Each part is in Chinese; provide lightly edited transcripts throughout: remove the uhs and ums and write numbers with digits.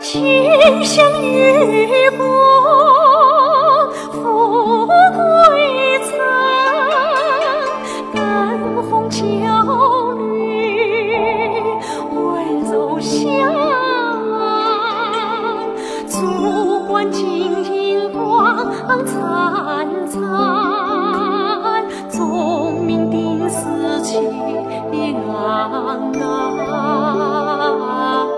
清香玉果，富贵藏，干红焦绿，温柔香。竹冠金银光灿灿，钟鸣定四气昂昂。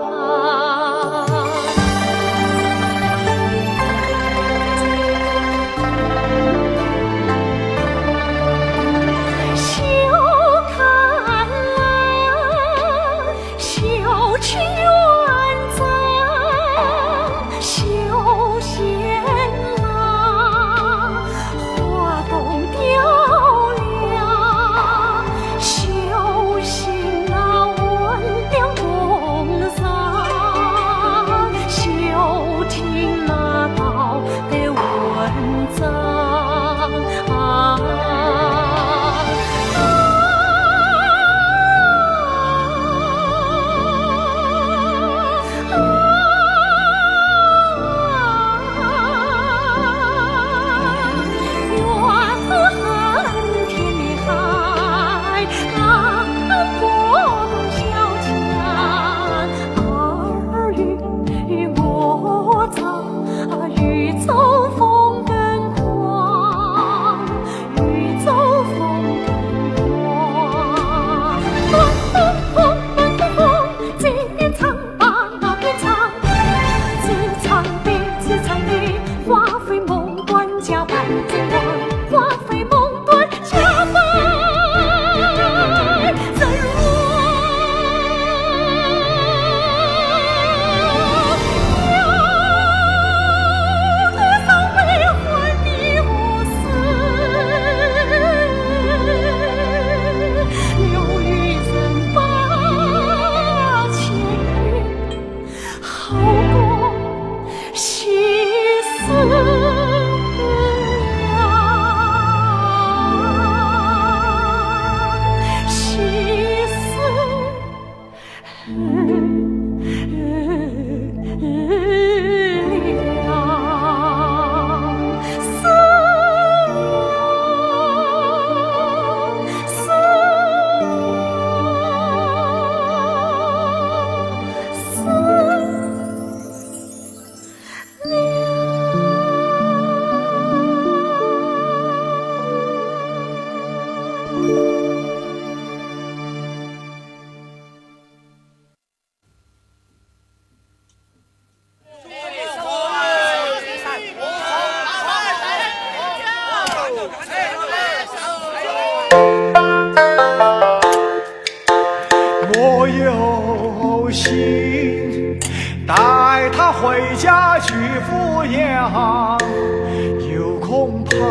我有心带她回家去抚养，又恐怕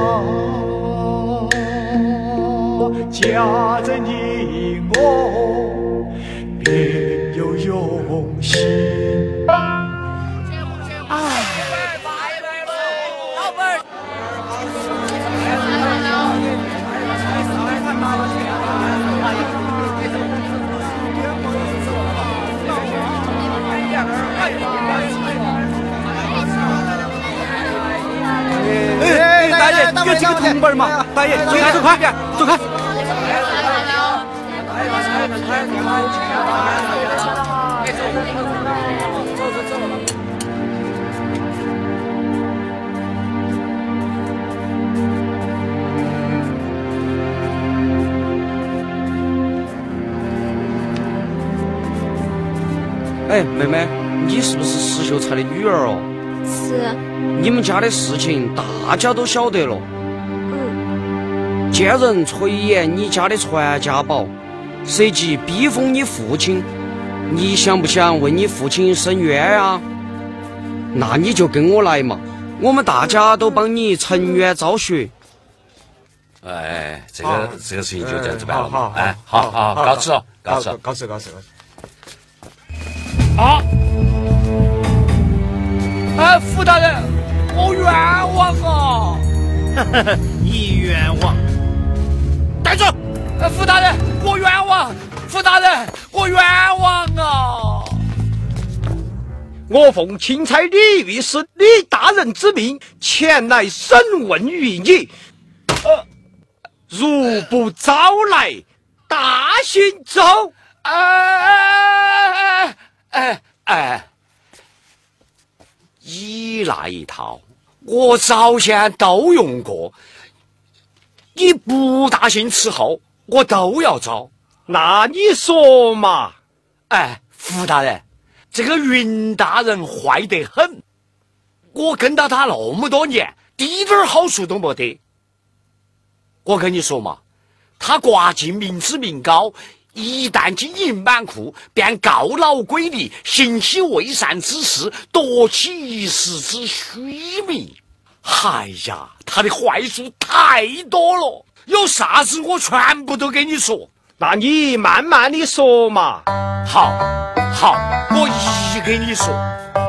家人因我别有用心。 大爷，给几个铜板嘛！大爷，走开，走开，走开！哎，妹妹，你是不是石秀才的女儿哦？ 是。 你们家的事情大家都晓得了。奸人垂涎你家的传家宝，设计逼疯你父亲，你想不想为你父亲伸冤啊？那你就跟我来嘛，我们大家都帮你沉冤昭雪。 哎，这个事情就这样子办了。好，哎，好，告辞哦，告辞。啊！哎，傅大人，我冤枉啊！ 你冤枉！ 带走！傅大人，我冤枉！傅大人，我冤枉啊！ 我奉钦差李御史李大人之命前来审问于你，如不招来，大行走。 你那一套我早先都用过，你不大行伺候，我都要招。 那你说嘛？ 胡大人，这个云大人坏得很，我跟到他那么多年，一点好处都没得。我跟你说嘛，他挂尽民脂民膏，一旦金银满库，便告老归离，行起为善之事，夺取一时之虚名。哎呀，他的坏处太多了，有啥子我全部都跟你说。 那你慢慢的说嘛。 好，我一跟你说。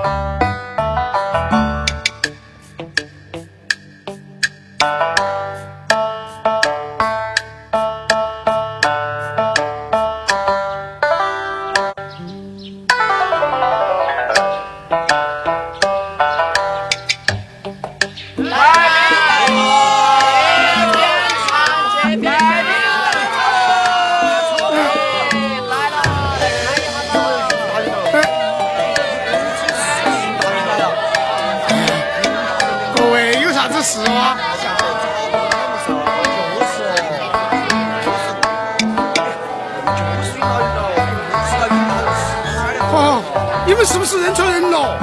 你们是不是认错人了？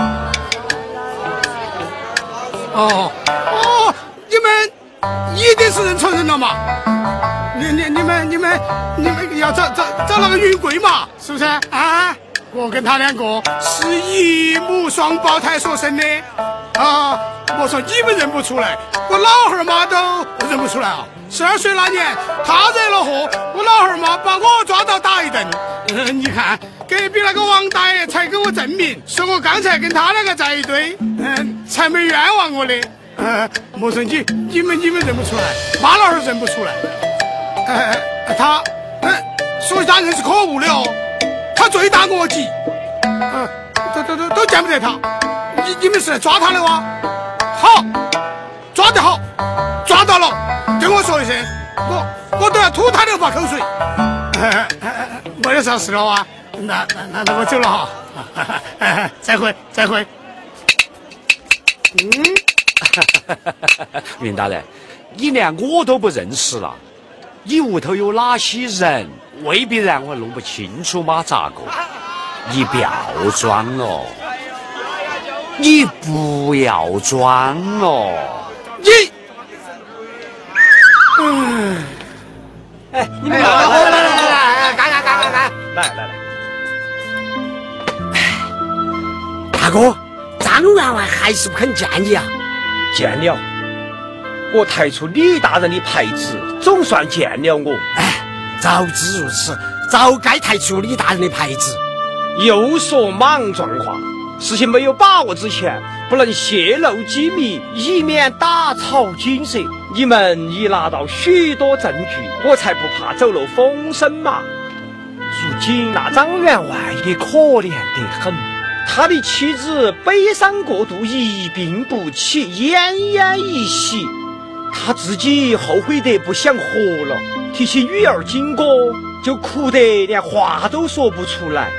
你们一定是认错人了嘛？你们要找那个云贵嘛？是不是啊？我跟他两个是一母双胞胎所生的啊！我说你们认不出来，我老汉儿妈都认不出来啊！12岁那年，他惹了祸，我老汉儿妈把我抓到打一顿。你看，隔壁那个王大爷才给我证明，说我刚才跟他两个在一堆，才没冤枉我的。莫说你们认不出来，妈老汉儿认不出来。他，所以他人是可恶的哦，他罪大恶极。都见不得他。你们是来抓他的哇？好，抓得好，抓到了，跟我说一声，我都要吐他2把口水。没有啥事了啊，那我走了哈。再会。 云大人，你连我都不认识了，你屋头有哪些人，未必然我弄不清楚吗？咋个？你不要装哦，你不要装哦， 你们来，干！来， 大哥，张员外还是不肯见你啊？ 见了，我抬出李大人的牌子，总算见了我。 早知如此，早该抬出李大人的牌子。 又说莽撞话，事情没有把握之前，不能泄露机密，以免打草惊蛇。你们已拿到许多证据，我才不怕走漏风声嘛。如今那张员外也可怜得很，他的妻子悲伤过度，一病不起，奄奄一息，他自己后悔得不想活了，提起女儿经过，就哭得连话都说不出来。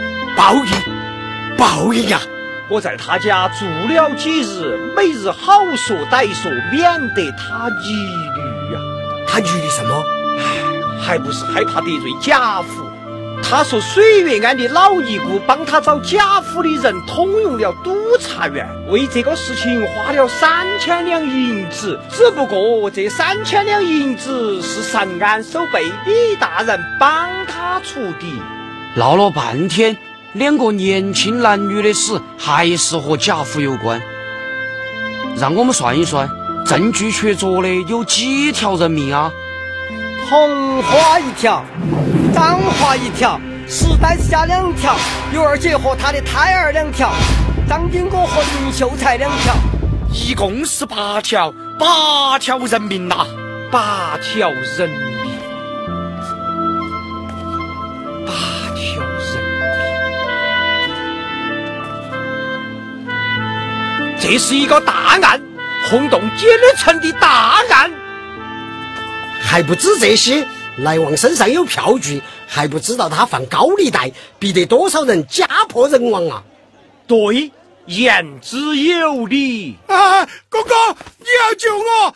报应啊！ 我在他家住了几日，每日好说歹说，免得他疑虑啊。 他疑虑什么？ 还不是害怕得罪贾府。他说水月庵的老尼姑帮他找贾府的人通用了督察院，为这个事情花了3000两银子，只不过这3000两银子是上岸守备李大人帮他出的。 闹了半天，2个年轻男女的死还是和贾府有关。让我们算一算，证据确凿的有几条人命啊？ 红花1条，张华1条，石呆子家2条，尤二姐和她的胎儿2条，张丁哥和林秀才2条， 一共是8条，8条人命呐 ！8条人命，8条人命。 这是一个大案，轰动解勒城的大案。 还不止这些，来旺身上有票据，还不知道他放高利贷，逼得多少人家破人亡啊！ 对，言之有理啊！哥哥，你要救我，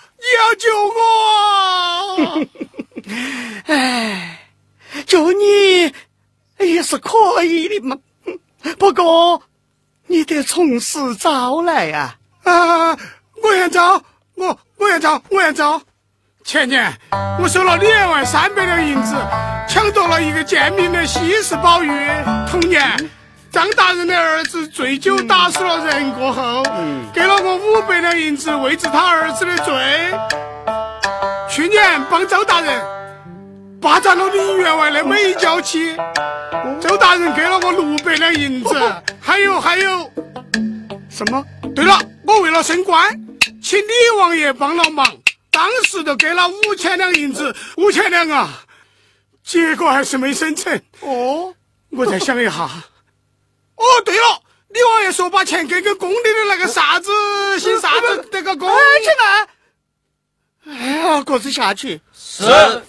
你要救我！哎，救你也是可以的嘛，不过你得从实招来呀！啊，我愿招，我愿招。前年我收了2.3万银子，抢夺了一个贱民的稀世宝玉。同年，张大人的儿子醉酒打死了人过后，给了我500两银子慰治他儿子的罪。去年帮周大人霸占了林员外的美娇妻，周大人给了我600两银子。还有什么？对了，我为了升官，请李王爷帮了忙。当时就给了5000两银子，5000两啊，结果还是没生成。哦，我再想一下。哦，对了，李王爷说把钱给宫里的那个啥子姓啥子那个公。去哪？哎呀，各自下去。 是。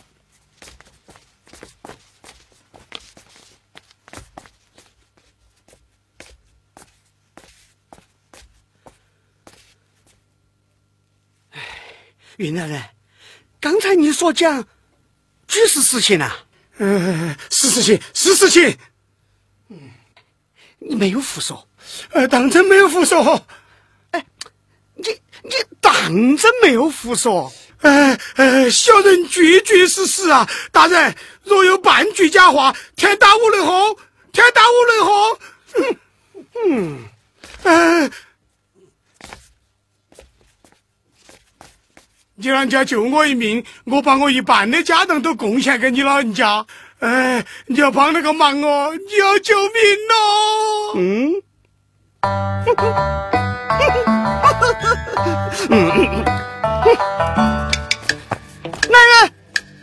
云大人，刚才你所讲，举是实情啊？是实情。你没有胡说？当真没有胡说。哎，你当真没有胡说？小人句句是实啊！大人，若有半句假话，天打五雷轰！你老人家救我一命，我把我一半的家当都贡献给你老人家。你要帮那个忙哦，你要救命来人！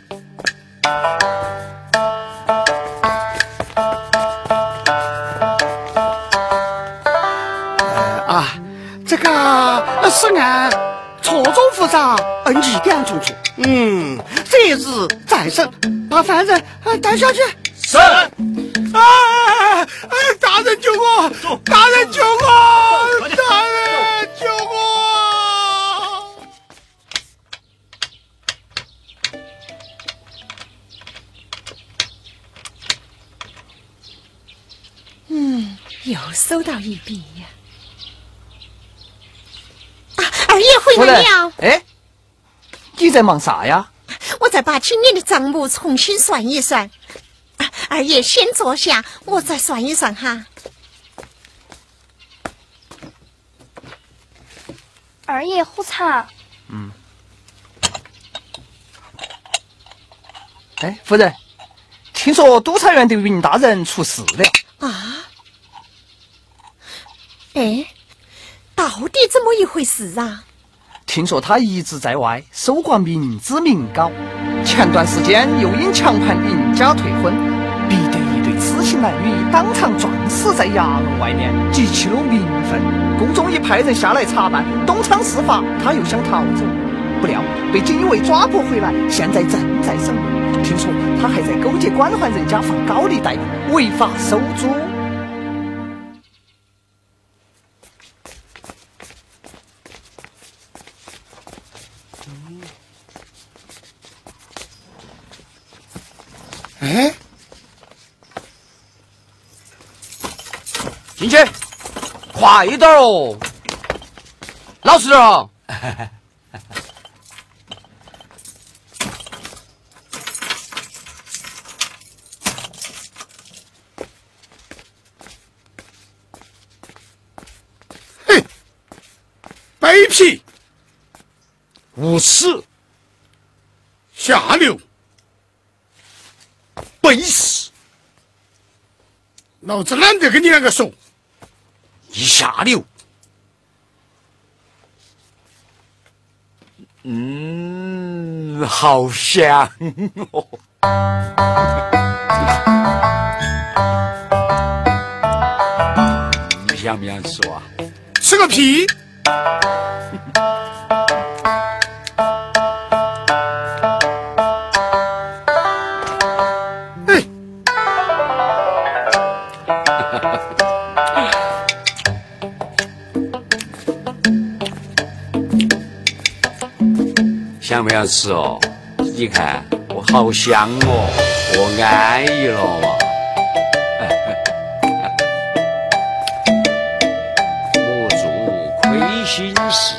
这个是按错综复杂，疑点重重。择日再审，把犯人带下去。 是。 大人救我！大人救我！大人救我！ 又收到一笔呀！二爷回来了。 哎，你在忙啥呀？ 我在把今年的账目重新算一算。二爷先坐下，我再算一算哈。 二爷喝茶。 哎，夫人，听说督察院的云大人出事了啊？哎，到底怎么一回事啊？ 听说他一直在外搜刮民脂民膏，前段时间又因强盘林家退婚，逼得一对痴情男女当场撞死在衙门外面，激起了民愤。公众一派人下来查办，东窗事发，他又想逃走，不料被锦衣卫抓捕回来，现在正在审问。听说他还在勾结官宦人家放高利贷，违法收租。 哎， 进去，快一点哦，老实点哦。 嘿，卑鄙， 无耻， 下流， 背时， 老子懒得跟你两个说。 一下流。好香哦。你想不想吃啊？ 吃个屁！ 想不想吃哦？你看我好香哦，我安逸了嘛。我做亏心事，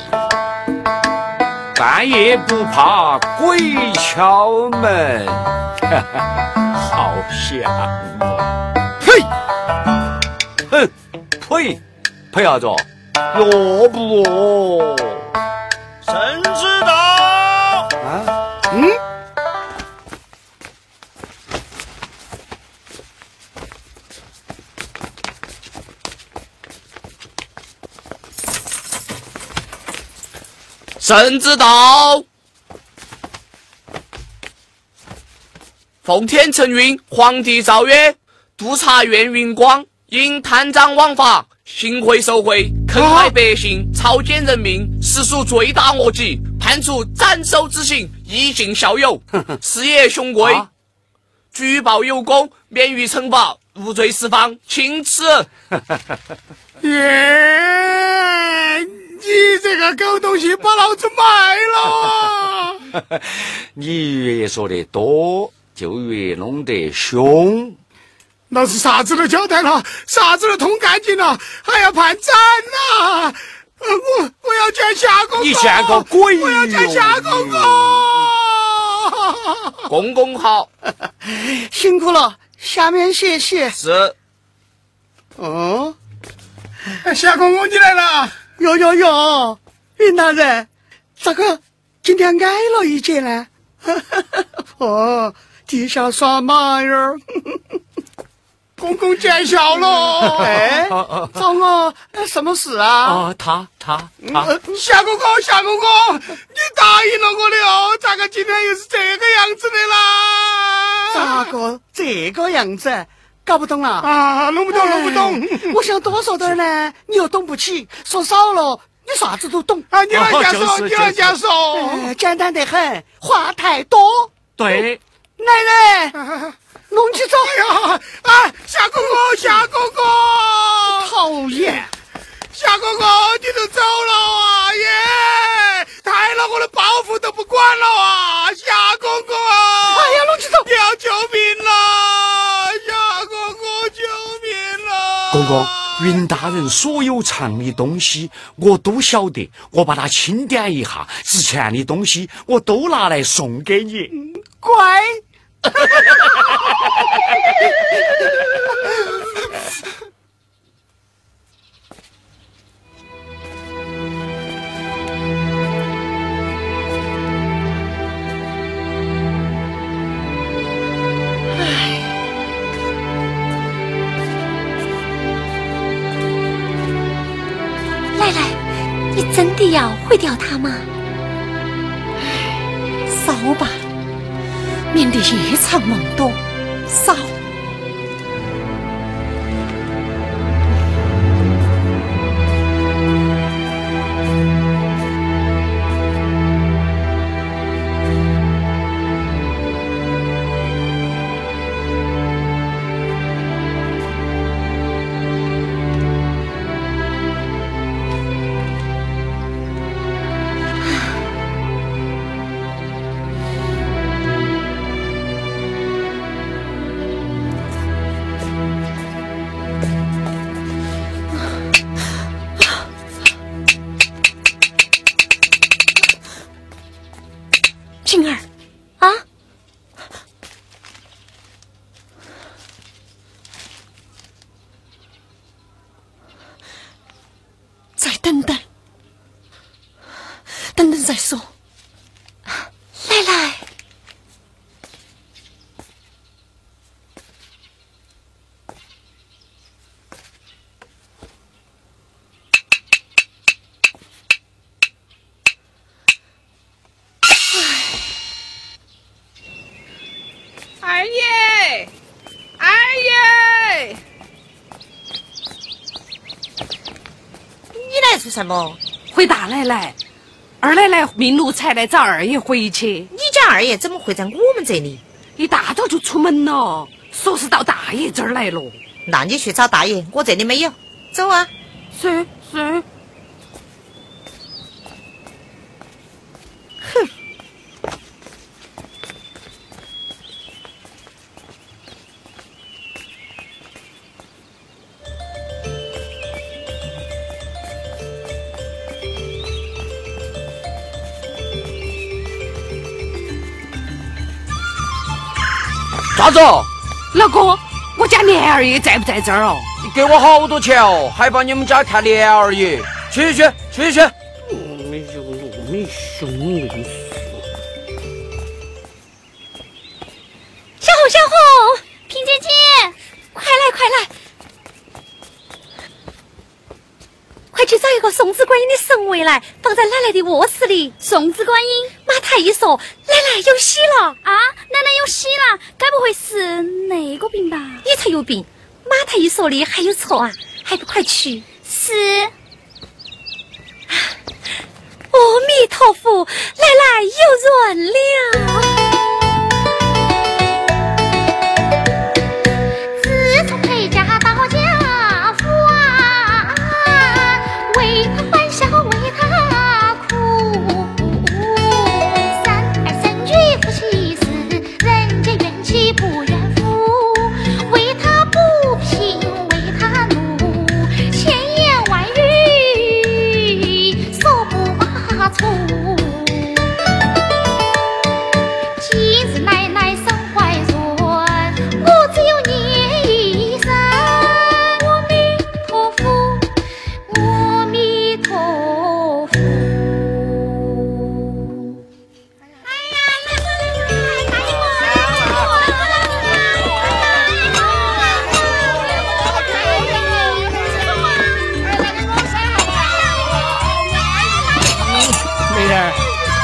半夜不怕鬼敲门，好香哦！呸！哼，呸！呸啥子？要不哦？ 神知道。 神之道，奉天承运，皇帝诏曰：督察院云光因贪赃枉法、行贿受贿、坑害百姓、草菅人命，实属罪大恶极，判处斩首之刑，以儆效尤。是也兄贵，举报有功，免于惩罚，无罪释放，请此。 你这个狗东西把老子卖了啊！ 你越说得多，就越弄得凶。 那是啥子都交代了，啥子都通干净了，还要判斩呐！我要见夏公公！ 你见个鬼哟！ 我要见夏公公！ 公公好， 辛苦了，下面谢谢。 是。 哦， 夏公公你来了。 哟，云大人，咋个今天矮了一截呢？哦，地下耍马儿。 公公见笑了。 哎，找我什么事啊？ 他， 夏公公，你答应了我的哦，咋个今天又是这个样子的啦？ 咋个这个样子？搞不懂了啊，弄不懂。 我想多说点呢，你又懂不起；说少了，你啥子都懂啊！你来讲说， 简单得很，话太多。 对， 来人，弄起走！ 哎呀，夏公公， 讨厌！ 夏公公，你都走了啊！耶，害了我的包袱都不管了啊！夏公公啊！ 哎呀，弄起走！ 你要救命了！夏公公，救命了！ 公公，云大人所有藏的东西我都晓得，我把它清点一下，值钱的东西我都拿来送给你。 乖。 你真的要毁掉它吗？烧吧，免得夜长梦多。烧。静儿，啊，再等等，等等再说。来， 二爷， 你来做什么？回回大奶奶，二奶奶命奴才来找二爷回去。 你家二爷怎么会在我们这里？ 一大早就出门了，说是到大爷这儿来了。 那你去找大爷，我这里没有。走啊！ 是。 哼。 啥子？ 老公，我家莲二爷在不在这儿哦？ 你给我好多钱哦，还帮你们家看莲二爷。去！ 没有那么凶， 小红，萍姐姐， 快来！快去找一个送子观音的神位来，放在奶奶的卧室里。 送子观音， 马太医说奶奶有喜了啊！奶奶有喜了，该不会是那个病吧？ 你才有病，马太医说的还有错啊？还不快去！ 是。 阿弥陀佛，奶奶有缘了。 自从回家到家父啊，为他欢笑为他哭，三儿三句夫妻事，人间怨气不怨妇，为他不平为他怒，千言万语说不罢出。今日奶奶生怀孕，我只有念一声阿弥陀佛，阿弥陀佛。 没人。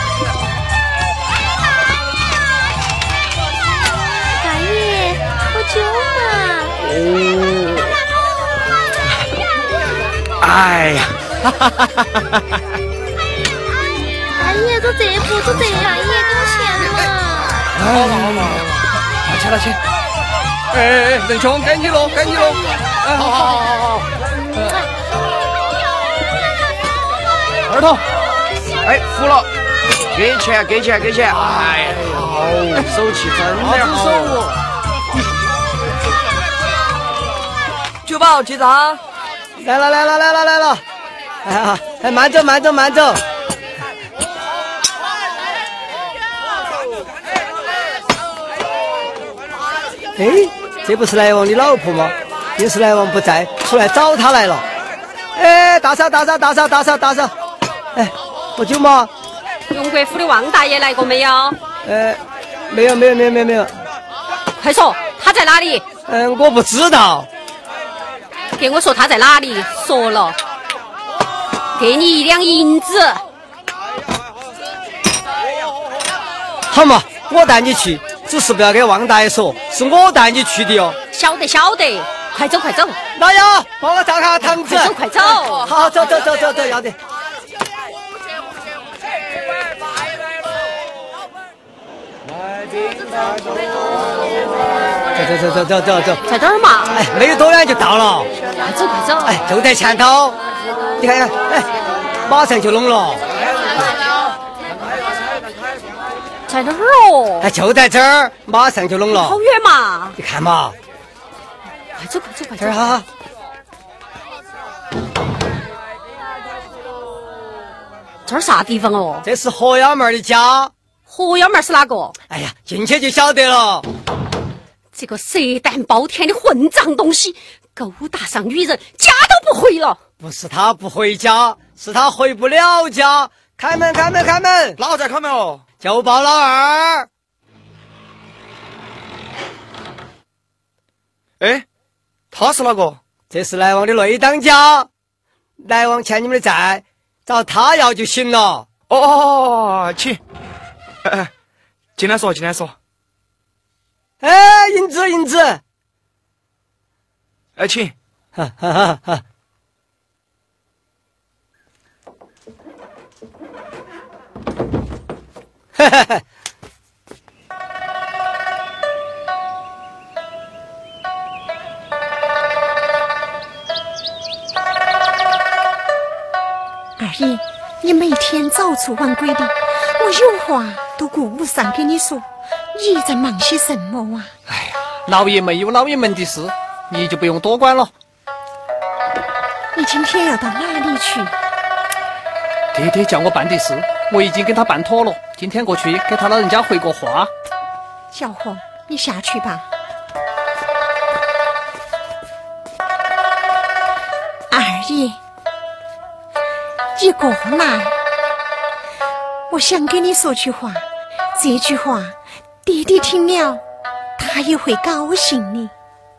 大爷，喝酒嘛。 哎呀， 大爷，都这步都这样，爷给我钱嘛。 好，拿去。哎，仁兄，该你了。好。儿童， 哎，服了，给钱。哎呀，好，手气真的好。 酒保结账。来了。哎，慢走。哎，这不是来王的老婆吗？又是来王不在，出来找他来了。哎，大嫂，哎，喝酒吗？ 荣国府的王大爷来过没有？ 没有。 快说，他在哪里？ 我不知道。 给我说他在哪里？说了，给你1两银子。 好嘛，我带你去，只是不要给王大爷说，是我带你去的哟。 晓得，快走。 老幺，帮我照下堂子。 快走。 好，走，要得。走， 在这儿嘛？ 哎，没有多远就到了。 快走。 哎，就在前头。你看，哎，马上就弄了。 在这儿哦。 哎，就在这儿，马上就弄了。 好远嘛？ 你看嘛。 快走。 这儿哈。 这儿啥地方哦？ 这是何幺妹的家。 何幺妹是哪个？ 哎呀，进去就晓得了。 这个蛇胆包天的混账东西，勾搭上女人，家都不回了。 不是他不回家，是他回不了家。开门！ 老在开门哦。 就报老二。 哎，他是哪个？ 这是来往的内当家，来往欠你们的债，找他要就行了。 哦，请。进来说。 哎，银子。 哎，请。 二爷，你每天早出晚归的，我有话都顾不上跟你说，你在忙些什么啊？ 哎呀，老爷没有老爷们的事，你就不用多管了。 你今天要到哪里去？ 爹爹叫我办的事，我已经跟他办妥了。今天过去给他老人家回个话。 小红，你下去吧。二爷，一个来，我想跟你说句话，这句话爹爹听了，他也会高兴的。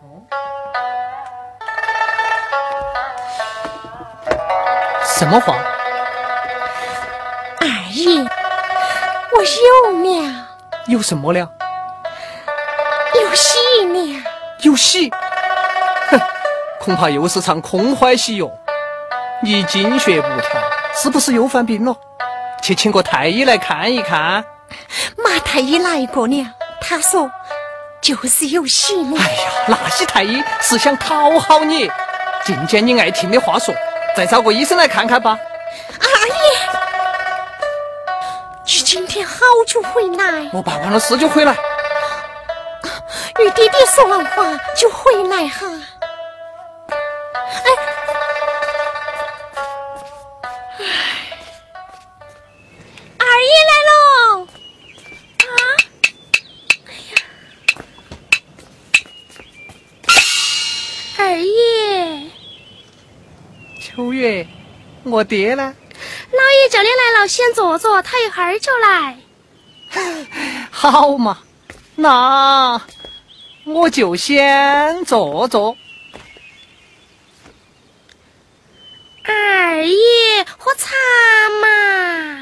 什么话？ 二爷，我有了。 有什么了？ 有喜了。 有喜？哼，恐怕又是场空欢喜哟。你经血不调，是不是又犯病了？去请个太医来看一看。 马太医来过了，他说就是有喜了。 哎呀，那些太医是想讨好你，尽见你爱听的话说，再找个医生来看看吧。 二爷，你今天好久回来？ 我办完了事就回来。 与爹爹说完话就回来哈。二爷来喽！啊！哎呀， 二爷， 秋月，我爹呢？ 老爷叫你来了，先坐坐，他一会儿就来。 好嘛，那我就先坐坐。 二爷，喝茶嘛。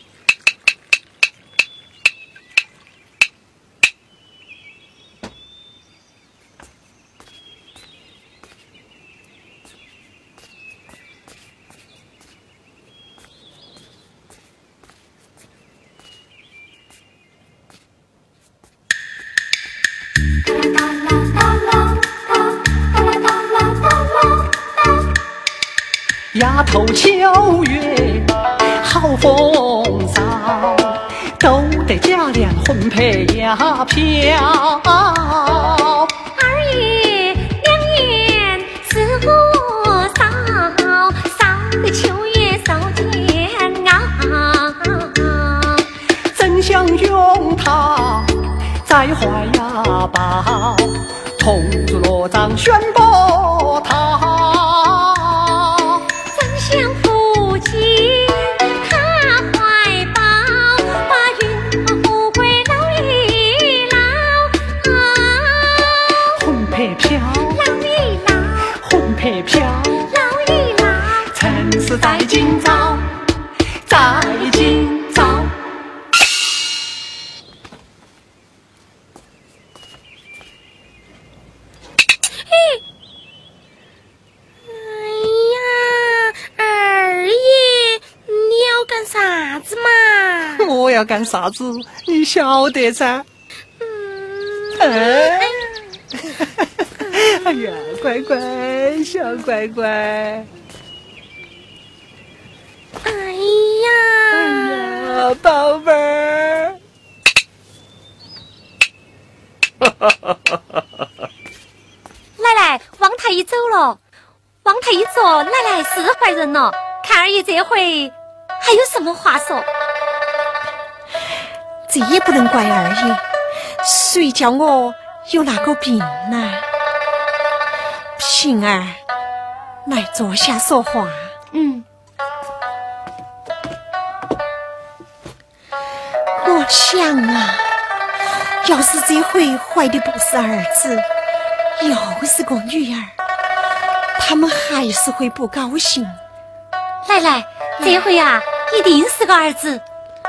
丫头秋月好风骚，都得家俩婚配呀飘。 二爷两眼似火烧，烧得秋月受煎熬。 真想拥他在怀呀抱，红烛罗帐宣布他。在今朝，在今朝。 哎呀，二爷，你要干啥子嘛？ 我要干啥子？你晓得噻。哎呀，乖乖，小乖乖。 哎呀， 宝贝儿。 奶奶，王太医走了。王太医说奶奶是怀孕了，看二爷这回还有什么话说？ 这也不能怪二爷，谁叫我有那个病呢？平儿，来坐下说话。我想啊，要是这回怀的不是儿子，又是个女儿，他们还是会不高兴。 奶奶，这回啊，一定是个儿子。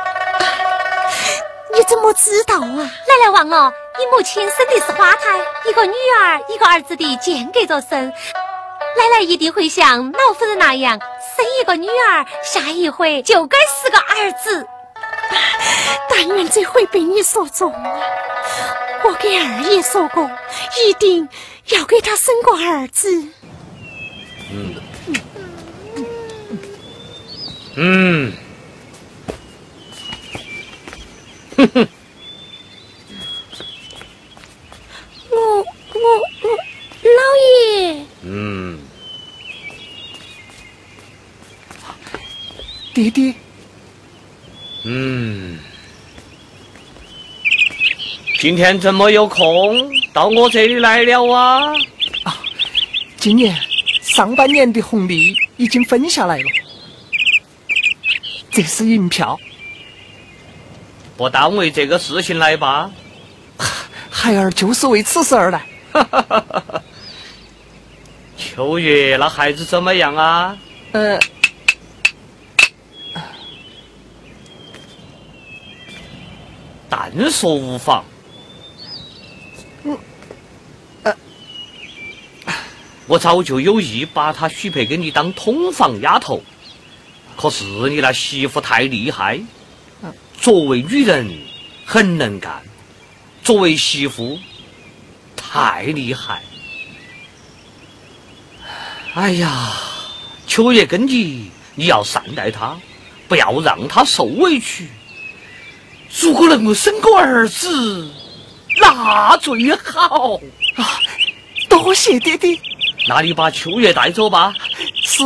你怎么知道啊？ 奶奶忘了，你母亲生的是花胎，一个女儿一个儿子的间隔着生。奶奶一定会像老夫人那样生一个女儿，下一回就该是个儿子。 但愿这回被你说中了。我给二爷说过，一定要给他生个儿子。 哼哼。 老爷。 爹爹。 今天怎么有空到我这里来了啊？ 今年上半年的红利已经分下来了，这是银票。 不耽误这个事情来吧？ 孩儿就是为此事而来。 秋月，那孩子怎么样啊？但说无妨。我早就有意把她许配给你当通房丫头，可是你那媳妇太厉害，作为女人很能干，作为媳妇太厉害。哎呀，秋月跟你要善待她，不要让她受委屈。如果能够生个儿子，那最好啊！多谢爹爹。 那你把秋月带走吧。 是。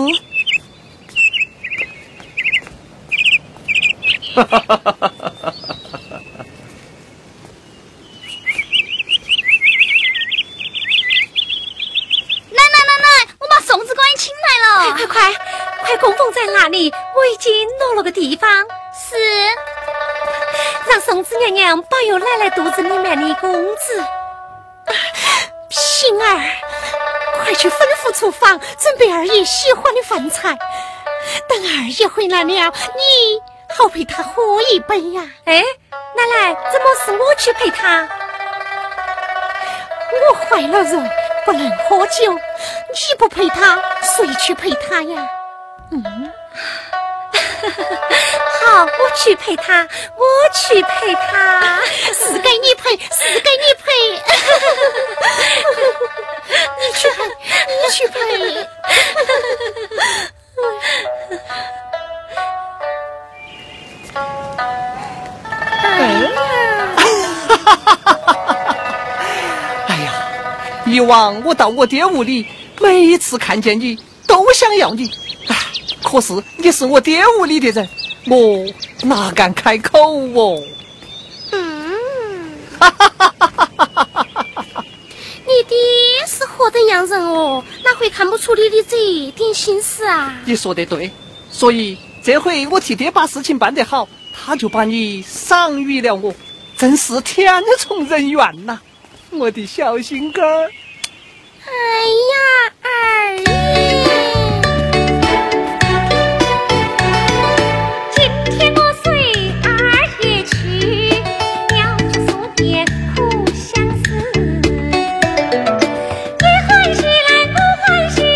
奶，我把送子官请来了。 快，供奉在哪里？我已经挪了个地方。 是。 让送子娘娘保佑奶奶肚子里面的公子。 平儿，快去吩咐厨房准备二爷喜欢的饭菜。等二爷回来了，你好陪他喝一杯呀。 奶奶，怎么是我去陪他？ 我怀了人，不能喝酒，你不陪他，谁去陪他呀？ 好，我去陪他。 是该你陪。你去陪。 哎呀，以往我到我爹屋里，每一次看见你都想要你，可是你是我爹屋里的人，我哪敢开口哦。 你爹是何等样人哦，哪会看不出你的这一点心思啊？ 你说得对，所以这回我替爹把事情办得好，他就把你赏予了我，真是天从人愿呐，我的小心肝儿。 哎呀，二爷， 今天我随二爷去，了这宿便苦相思，也欢喜来不欢喜，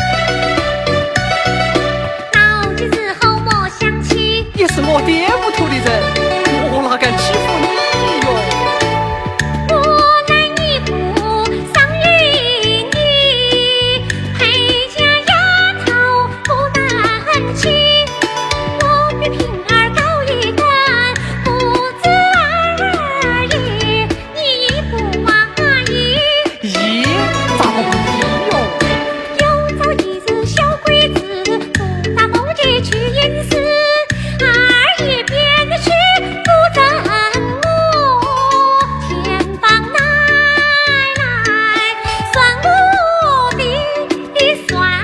到今日后莫想起。 你是我爹屋头的人，我哪敢欺负你哟？ 我乃义父，丧于你，陪嫁丫头不难娶。我与平儿高一段，父子二爷，你不满意？ 咦，咋不满意哟？ 有朝一日小鬼子不打某街去吟诗，二爷便去扶正我，天帮奶奶算我的，算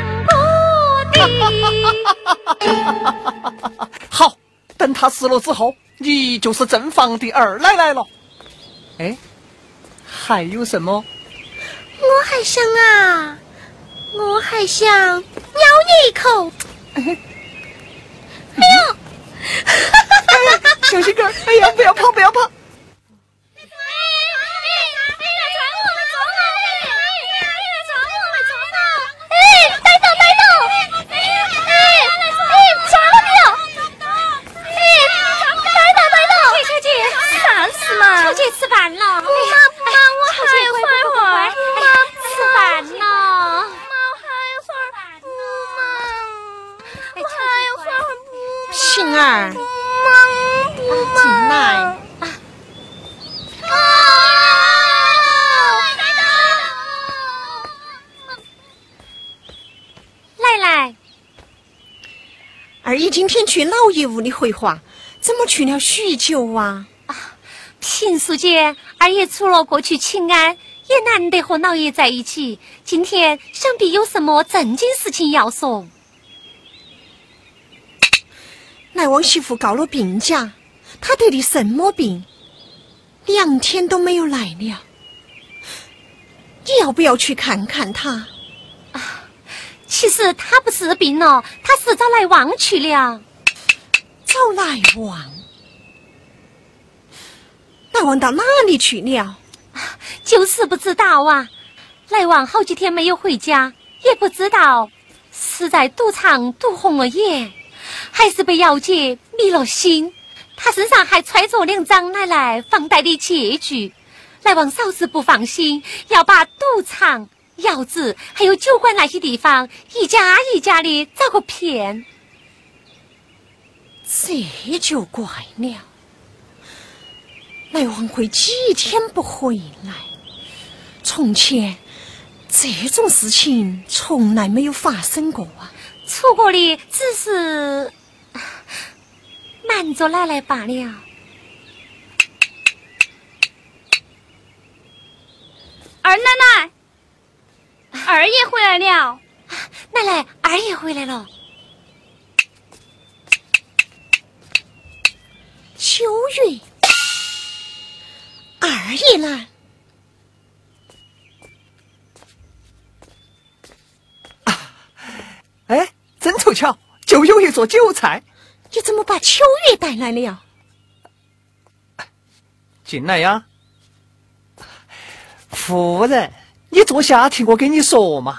我的。 好，等他死了之后，你就是正房的二奶奶了。哎，还有什么？ 我还想咬你一口。哎呦！ 小心肝！哎呀，不要跑，不要跑！ 逮到！ 杏儿，进来。 奶奶， 二姨今天去老爷屋里回话，怎么去了许久啊？ 平素间，二爷除了过去请安，也难得和老爷在一起。今天想必有什么正经事情要说。 赖王媳妇告了病假，她得的什么病？2天都没有来了。你要不要去看看她？ 其实她不是病了，她是找赖王去了。 找赖王？赖王到哪里去了？ 就是不知道啊。赖王好几天没有回家，也不知道是在赌场赌红了眼，还是被姚姐迷了心。他身上还揣着2张奶奶放贷的借据。赖王嫂子不放心，要把赌场、窑子还有酒馆那些地方一家一家的找个遍。 这就怪了，赖王会几天不回来？从前这种事情从来没有发生过啊！ 出国的只是瞒着奶奶罢了。 二奶奶，二爷回来了。 奶奶，二爷回来了。 秋月，二爷呢？ 哎，真凑巧，就有一桌酒菜。 你怎么把秋月带来了？ 进来呀，夫人，你坐下，听我跟你说嘛。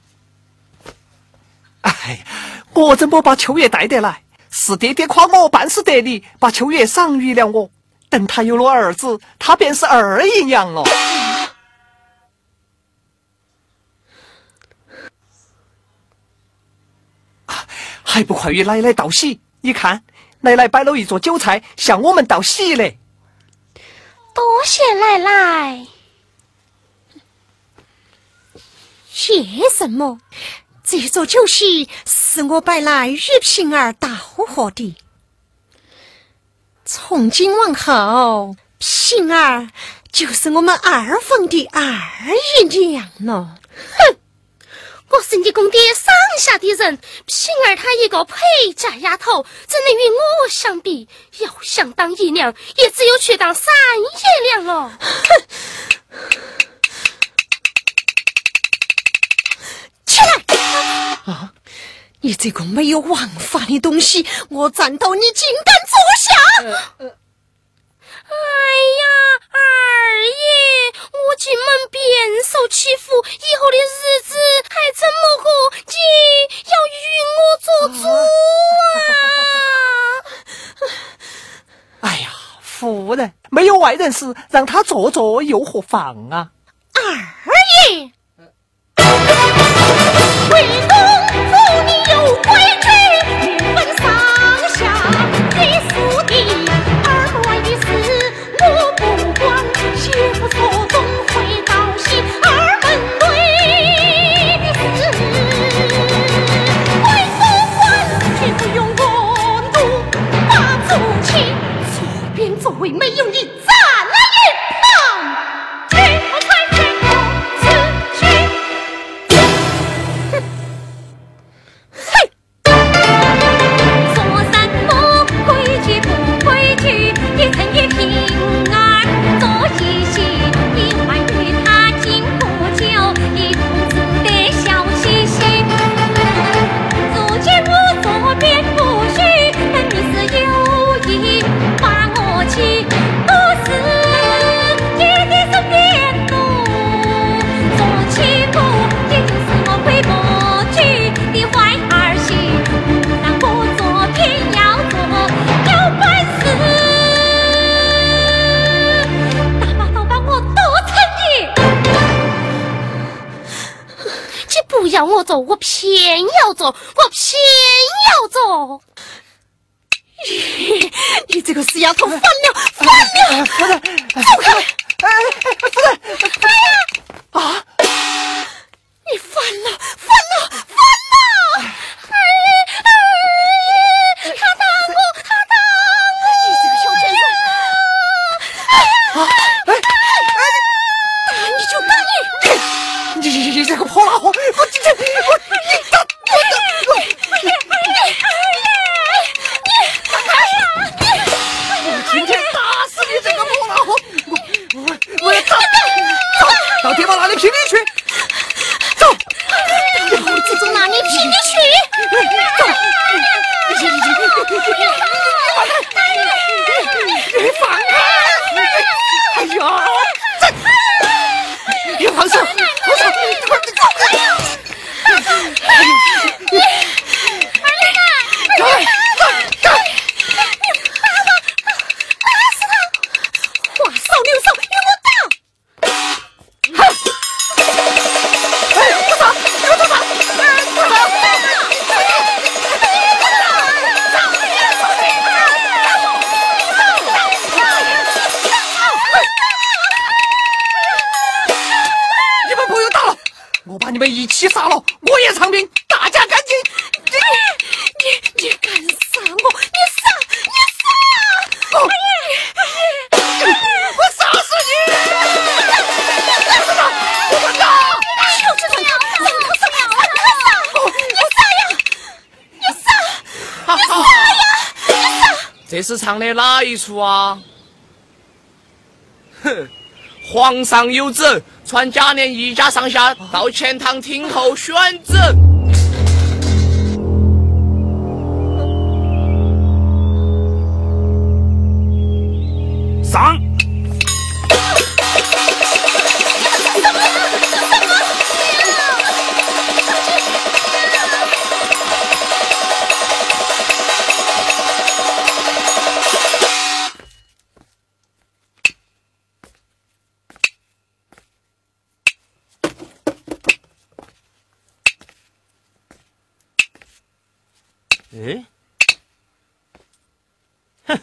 哎，我怎么把秋月带得来？是爹爹夸我办事得力，把秋月赏予了我。等他有了儿子，他便是二姨娘了。还不快与奶奶道喜？你看，奶奶摆了一桌酒菜，向我们道喜嘞。 多谢奶奶。 谢什么？这桌酒席是我摆来与平儿道贺的。从今往后，平儿就是我们二房的二姨娘了。 哼！我是你公爹赏下的人，平儿她一个陪嫁丫头，怎能与我相比？要想当姨娘，也只有去当三爷娘了。 起来！啊！你这个没有王法的东西，我站到你竟敢坐下！ 哎呀，二爷，我进门便受欺负，以后的日子还怎么过？你要与我做主啊！ 哎呀，夫人，没有外人时，让他做做又何妨啊？ 二爷， 为公妇你有规矩，女分上下，你父的儿乱于私，我不管，媳妇错总会道喜，儿们对的事，为公管，绝不用我怒发出气，左边座位没有你站了一旁，去我才去我此去。说什么规矩不规矩，也曾与平儿做一席，你还与他敬过酒，一同吃得笑嘻嘻。如今我左边不许，分明是有意把我气，都是你的身边路，做欺负，也就是我回不去的坏儿媳。让我左偏要左，有本事大把我剁成你！你不要我做，我偏要做，我偏要做。 你这个死丫头，烦了！ 夫人， 走开！ 夫人，哎呀！啊！ 你烦了！他打我！你这个小贱人！打你就打你这个破拉货！今天打死你这个破拉货！我要打！走，到地方那里拼命去！走！ 我这种拿你拼命去！ 走！你放开！哎呀！你放手！你们一起杀了，我也偿命，大家干净！ 你敢杀我？你杀！ 我杀死你！我滚蛋！ 小子，你杀！ 这是唱的哪一出啊？哼！皇上有旨，传贾琏一家上下到前堂听候宣旨。 上。哎，哼，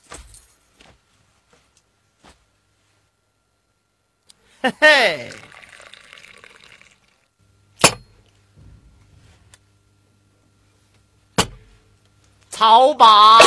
嘿嘿，操吧！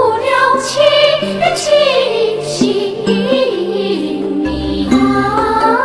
情心里啊。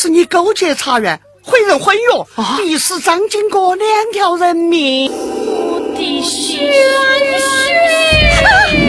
是你勾结茶园，毁人毁约，逼死张金国2条人命。 我的血！